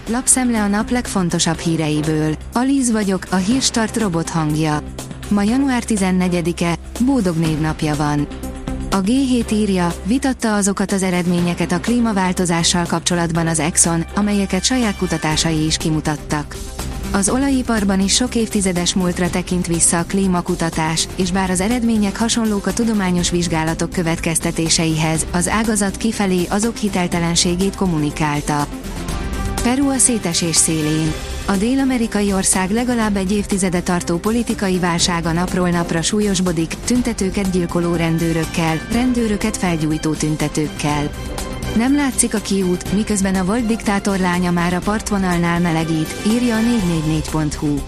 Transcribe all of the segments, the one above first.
Lapszemle a nap legfontosabb híreiből. Alíz vagyok, a Hírstart robot hangja. Ma január 14-e, Bódog névnapja van. A G7 írja, vitatta azokat az eredményeket a klímaváltozással kapcsolatban az Exxon, amelyeket saját kutatásai is kimutattak. Az olajiparban is sok évtizedes múltra tekint vissza a klímakutatás, és bár az eredmények hasonlók a tudományos vizsgálatok következtetéseihez, az ágazat kifelé azok hiteltelenségét kommunikálta. Peru a szétesés szélén. A dél-amerikai ország legalább egy évtizede tartó politikai válsága napról napra súlyosbodik, tüntetőket gyilkoló rendőröket felgyújtó tüntetőkkel. Nem látszik a kiút, miközben a volt diktátor lánya már a partvonalnál melegít, írja a 444.hu.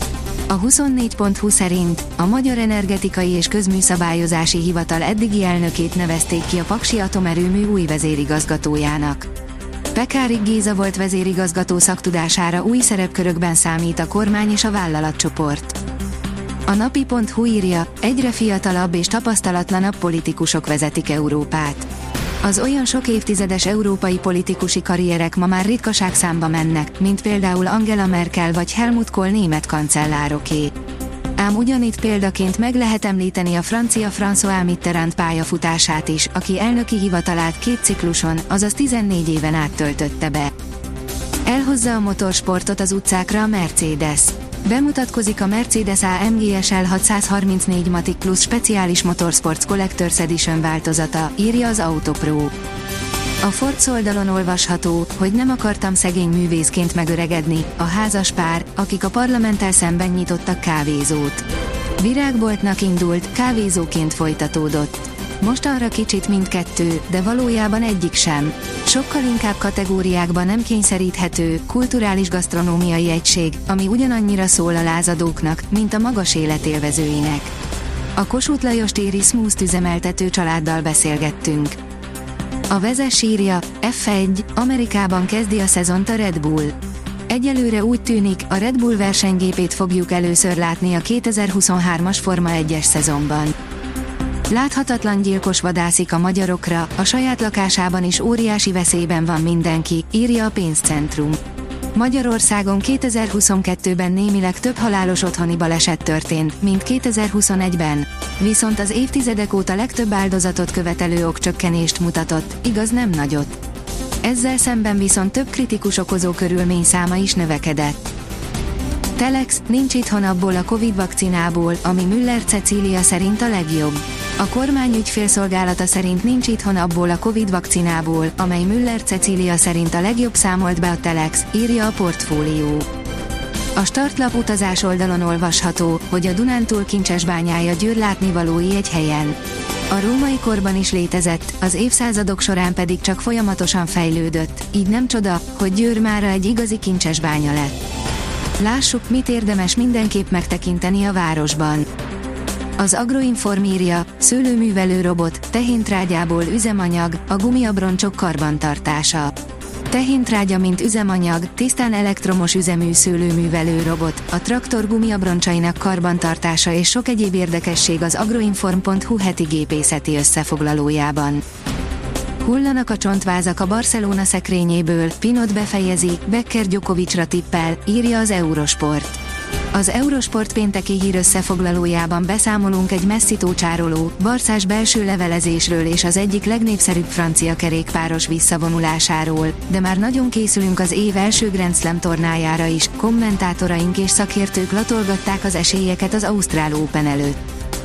A 24.hu szerint a Magyar Energetikai és Közműszabályozási Hivatal eddigi elnökét nevezték ki a Paksi Atomerőmű új vezérigazgatójának. Pekárik Géza volt vezérigazgató szaktudására új szerepkörökben számít a kormány és a vállalatcsoport. A napi.hu írja, egyre fiatalabb és tapasztalatlanabb politikusok vezetik Európát. Az olyan sok évtizedes európai politikusi karrierek ma már ritkaságszámba mennek, mint például Angela Merkel vagy Helmut Kohl német kancellároké. Ám ugyanitt példaként meg lehet említeni a francia François Mitterrand pályafutását is, aki elnöki hivatalát 2 cikluson, azaz 14 éven át töltötte be. Elhozza a motorsportot az utcákra a Mercedes. Bemutatkozik a Mercedes AMG SL 634 Matic Plus speciális Motorsports Collector's Edition változata, írja az Autopro. A Forbes oldalon olvasható, hogy nem akartam szegény művészként megöregedni, a házas pár, akik a parlamenttel szemben nyitottak kávézót. Virágboltnak indult, kávézóként folytatódott. Mostanra kicsit mindkettő, de valójában egyik sem. Sokkal inkább kategóriákban nem kényszeríthető, kulturális gasztronómiai egység, ami ugyanannyira szól a lázadóknak, mint a magas élet élvezőinek. A Kossuth Lajos téri Smooth üzemeltető családdal beszélgettünk. A Vezes írja, F1, Amerikában kezdi a szezont a Red Bull. Egyelőre úgy tűnik, a Red Bull versenygépét fogjuk először látni a 2023-as Forma 1-es szezonban. Láthatatlan gyilkos vadászik a magyarokra, a saját lakásában is óriási veszélyben van mindenki, írja a Pénzcentrum. Magyarországon 2022-ben némileg több halálos otthoni baleset történt, mint 2021-ben. Viszont az évtizedek óta legtöbb áldozatot követelő okcsökkenést mutatott, igaz nem nagyot. Ezzel szemben viszont több kritikus okozó körülmény száma is növekedett. Telex, nincs itthon abból a Covid vakcinából, ami Müller Cecília szerint a legjobb. A kormány ügyfélszolgálata szerint nincs itthon abból a Covid vakcinából, amely Müller Cecília szerint a legjobb, számolt be a Telex, írja a Portfólió. A startlap utazás oldalon olvasható, hogy a Dunántúl kincsesbányája Győr látnivalói egy helyen. A római korban is létezett, az évszázadok során pedig csak folyamatosan fejlődött, így nem csoda, hogy Győr mára egy igazi kincsesbánya lett. Lássuk, mit érdemes mindenképp megtekinteni a városban. Az Agroinform írja, szőlőművelő robot, tehéntrágyából üzemanyag, a gumiabroncsok karbantartása. Tehéntrágya mint üzemanyag, tisztán elektromos üzemű szőlőművelő robot, a traktor gumiabroncsainak karbantartása és sok egyéb érdekesség az agroinform.hu heti gépészeti összefoglalójában. Hullanak a csontvázak a Barcelona szekrényéből, Pinot befejezi, Becker Djokovicra tippel, írja az Eurosport. Az Eurosport pénteki hír összefoglalójában beszámolunk egy messzitó csároló, barszás belső levelezésről és az egyik legnépszerűbb francia kerékpáros visszavonulásáról, de már nagyon készülünk az év első Grand Slam tornájára is, kommentátoraink és szakértők latolgatták az esélyeket az Ausztrál Open előtt.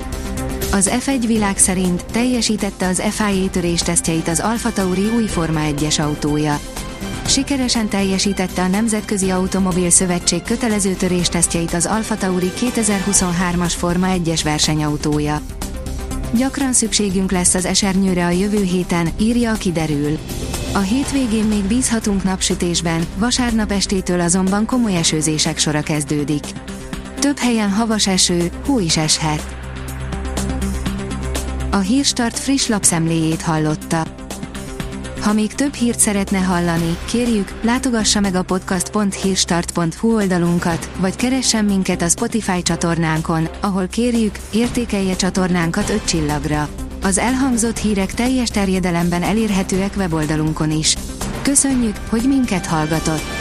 Az F1 világ szerint teljesítette az FIA töréstesztjeit az Alfa Tauri új Forma 1-es autója. Sikeresen teljesítette a Nemzetközi Automobil Szövetség kötelező töréstesztjeit az Alfa Tauri 2023-as Forma 1-es versenyautója. Gyakran szükségünk lesz az esernyőre a jövő héten, írja a Kiderül. A hétvégén még bízhatunk napsütésben, vasárnap estétől azonban komoly esőzések sora kezdődik. Több helyen havas eső, hó is eshet. A Hírstart friss lapszemléjét hallotta. Ha még több hírt szeretne hallani, kérjük, látogassa meg a podcast.hírstart.hu oldalunkat, vagy keressen minket a Spotify csatornánkon, ahol kérjük, értékelje csatornánkat 5 csillagra. Az elhangzott hírek teljes terjedelemben elérhetőek weboldalunkon is. Köszönjük, hogy minket hallgatott!